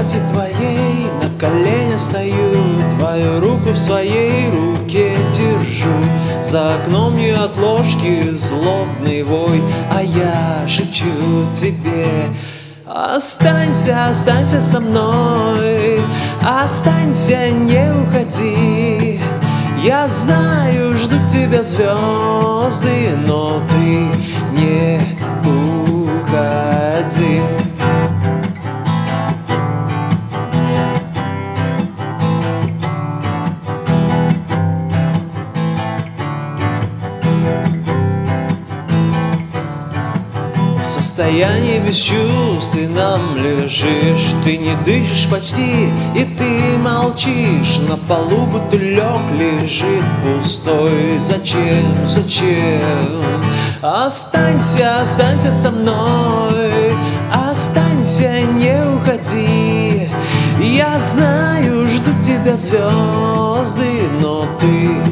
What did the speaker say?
кровати твоей на коленях стою, твою руку в своей руке держу. За окном не от ложки злобный вой, а я шепчу тебе: останься, останься со мной, останься, не уходи. Я знаю, ждут тебя звезды, но ты не уходи. В состоянии без чувств ты нам лежишь, ты не дышишь почти, и ты молчишь. На полу бутылек лежит пустой. Зачем, зачем? Останься, останься со мной, останься, не уходи. Я знаю, ждут тебя звезды, но ты